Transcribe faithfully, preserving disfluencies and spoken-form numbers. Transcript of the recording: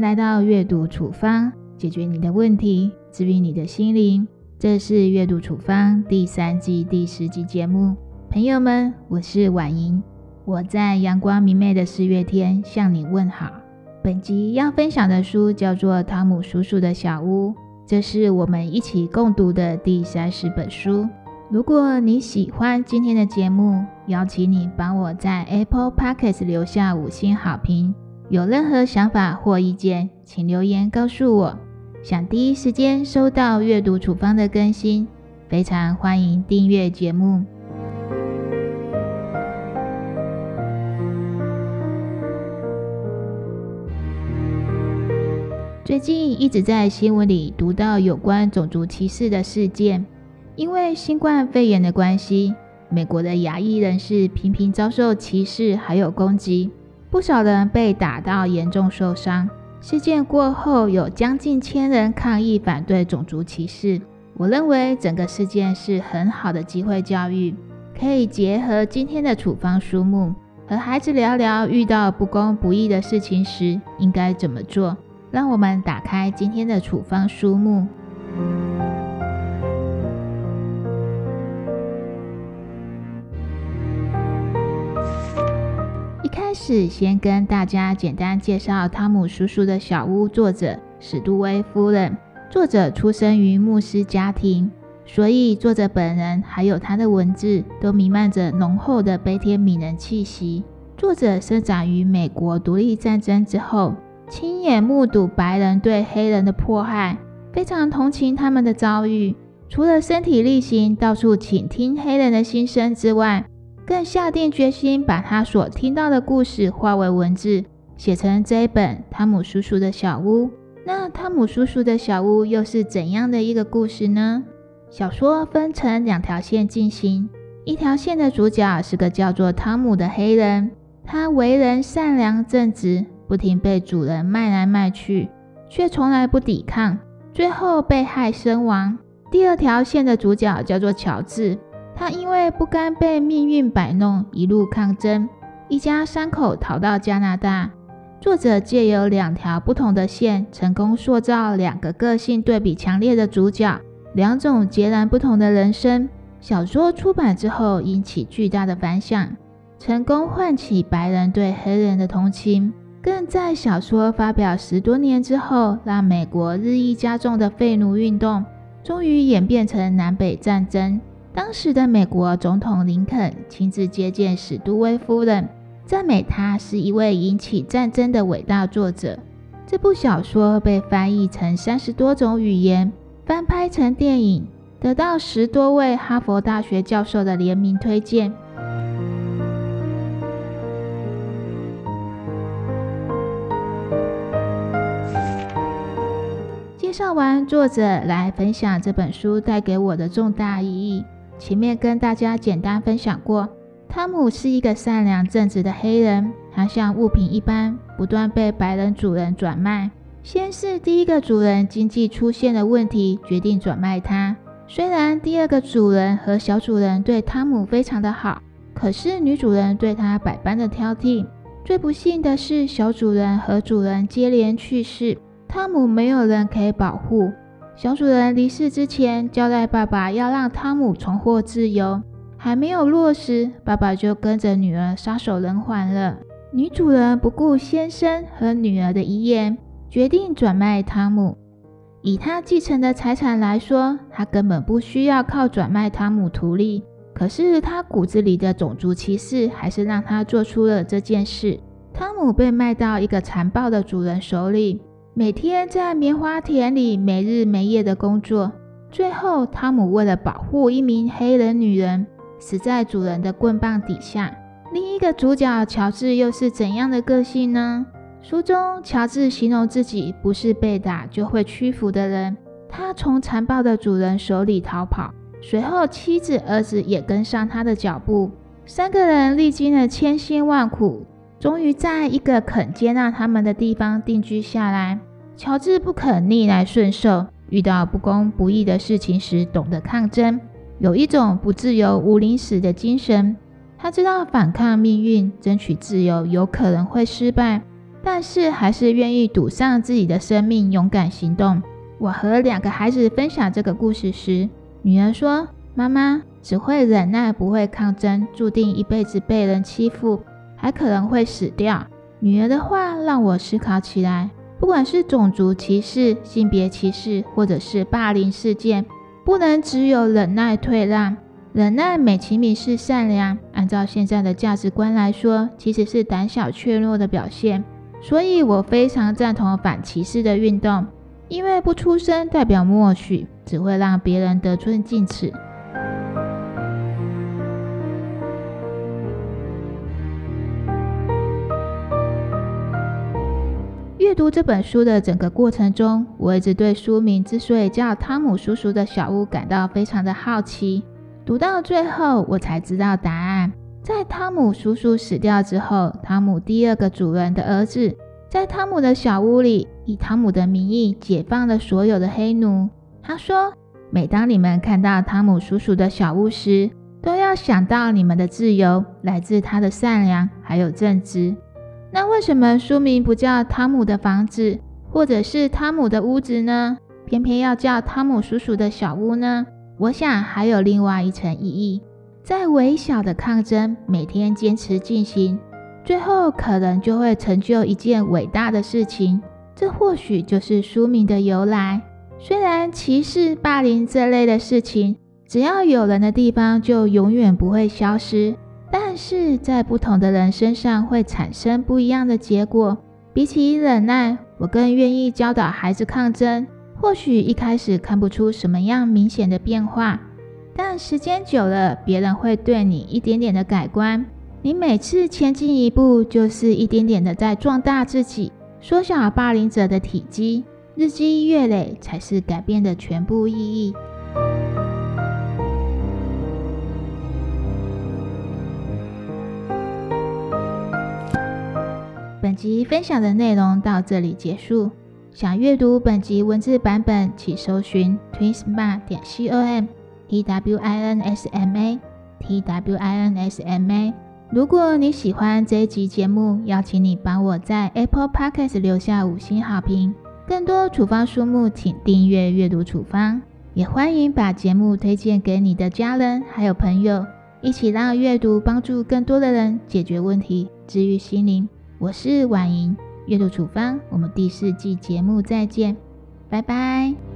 来到阅读处方，解决你的问题，治愈你的心灵。这是阅读处方第三季第十集节目。朋友们，我是婉莹，我在阳光明媚的四月天向你问好。本集要分享的书叫做《汤姆叔叔的小屋》，这是我们一起共读的第三十本书。如果你喜欢今天的节目，邀请你帮我在 Apple Podcast 留下五星好评。有任何想法或意见，请留言告诉我。想第一时间收到阅读处方的更新，非常欢迎订阅节目。最近一直在新闻里读到有关种族歧视的事件，因为新冠肺炎的关系，美国的亚裔人士频频遭受歧视还有攻击，不少人被打到严重受伤。事件过后，有将近千人抗议反对种族歧视。我认为整个事件是很好的机会教育，可以结合今天的处方书目，和孩子聊聊遇到不公不义的事情时应该怎么做。让我们打开今天的处方书目。一开始先跟大家简单介绍《汤姆叔叔的小屋》作者史杜威夫人。作者出生于牧师家庭，所以作者本人还有他的文字都弥漫着浓厚的悲天悯人气息。作者生长于美国独立战争之后，亲眼目睹白人对黑人的迫害，非常同情他们的遭遇。除了身体力行到处倾听黑人的心声之外，更下定决心把他所听到的故事化为文字，写成这一本《汤姆叔叔的小屋》。那汤姆叔叔的小屋又是怎样的一个故事呢？小说分成两条线进行，一条线的主角是个叫做汤姆的黑人，他为人善良正直，不停被主人卖来卖去，却从来不抵抗，最后被害身亡。第二条线的主角叫做乔治，他因为不甘被命运摆弄，一路抗争，一家三口逃到加拿大。作者借由两条不同的线，成功塑造两个个性对比强烈的主角，两种截然不同的人生。小说出版之后引起巨大的反响，成功唤起白人对黑人的同情，更在小说发表十多年之后，让美国日益加重的废奴运动终于演变成南北战争。当时的美国总统林肯亲自接见史杜威夫人，赞美他是一位引起战争的伟大作者。这部小说被翻译成三十多种语言，翻拍成电影，得到十多位哈佛大学教授的联名推荐。介绍完作者，来分享这本书带给我的重大意义。前面跟大家简单分享过，汤姆是一个善良正直的黑人，他像物品一般不断被白人主人转卖。先是第一个主人经济出现了问题，决定转卖他。虽然第二个主人和小主人对汤姆非常的好，可是女主人对他百般的挑剔。最不幸的是，小主人和主人接连去世，汤姆没有人可以保护。小主人离世之前交代爸爸要让汤姆重获自由，还没有落实，爸爸就跟着女儿撒手人寰了。女主人不顾先生和女儿的遗言，决定转卖汤姆。以她继承的财产来说，她根本不需要靠转卖汤姆图利，可是她骨子里的种族歧视还是让她做出了这件事。汤姆被卖到一个残暴的主人手里，每天在棉花田里没日没夜的工作。最后，汤姆为了保护一名黑人女人，死在主人的棍棒底下。另一个主角乔治又是怎样的个性呢？书中乔治形容自己不是被打就会屈服的人，他从残暴的主人手里逃跑，随后妻子儿子也跟上他的脚步。三个人历经了千辛万苦，终于在一个肯接纳他们的地方定居下来。乔治不肯逆来顺受，遇到不公不义的事情时懂得抗争，有一种不自由无宁死的精神。他知道反抗命运，争取自由有可能会失败， 但是还是愿意赌上自己的生命，勇敢行动。我和两个孩子分享这个故事时，女儿说，妈妈，只会忍耐不会抗争，注定一辈子被人欺负，还可能会死掉。女儿的话让我思考起来，不管是种族歧视、性别歧视，或者是霸凌事件，不能只有忍耐退让。忍耐美其名是善良，按照现在的价值观来说，其实是胆小怯懦的表现。所以我非常赞同反歧视的运动，因为不出声代表默许，只会让别人得寸进尺。阅读这本书的整个过程中，我一直对书名之所以叫汤姆叔叔的小屋感到非常的好奇。读到最后，我才知道答案。在汤姆叔叔死掉之后，汤姆第二个主人的儿子在汤姆的小屋里，以汤姆的名义解放了所有的黑奴。他说，每当你们看到汤姆叔叔的小屋时，都要想到你们的自由来自他的善良还有正直。那为什么书名不叫汤姆的房子，或者是汤姆的屋子呢？偏偏要叫汤姆叔叔的小屋呢？我想还有另外一层意义，在微小的抗争每天坚持进行，最后可能就会成就一件伟大的事情。这或许就是书名的由来。虽然歧视、霸凌这类的事情，只要有人的地方就永远不会消失，但是在不同的人身上会产生不一样的结果。比起忍耐，我更愿意教导孩子抗争。或许一开始看不出什么样明显的变化，但时间久了，别人会对你一点点的改观。你每次前进一步，就是一点点的在壮大自己，缩小霸凌者的体积，日积月累才是改变的全部意义。本集分享的内容到这里结束。想阅读本集文字版本，请搜寻 twinsma 点 com t w i n s m a t w i n s m a。如果你喜欢这一集节目，邀请你帮我在 Apple Podcast 留下五星好评。更多处方书目，请订阅阅读处方。也欢迎把节目推荐给你的家人还有朋友，一起让阅读帮助更多的人解决问题，治愈心灵。我是婉莹，阅读处方，我们第四季节目再见，拜拜。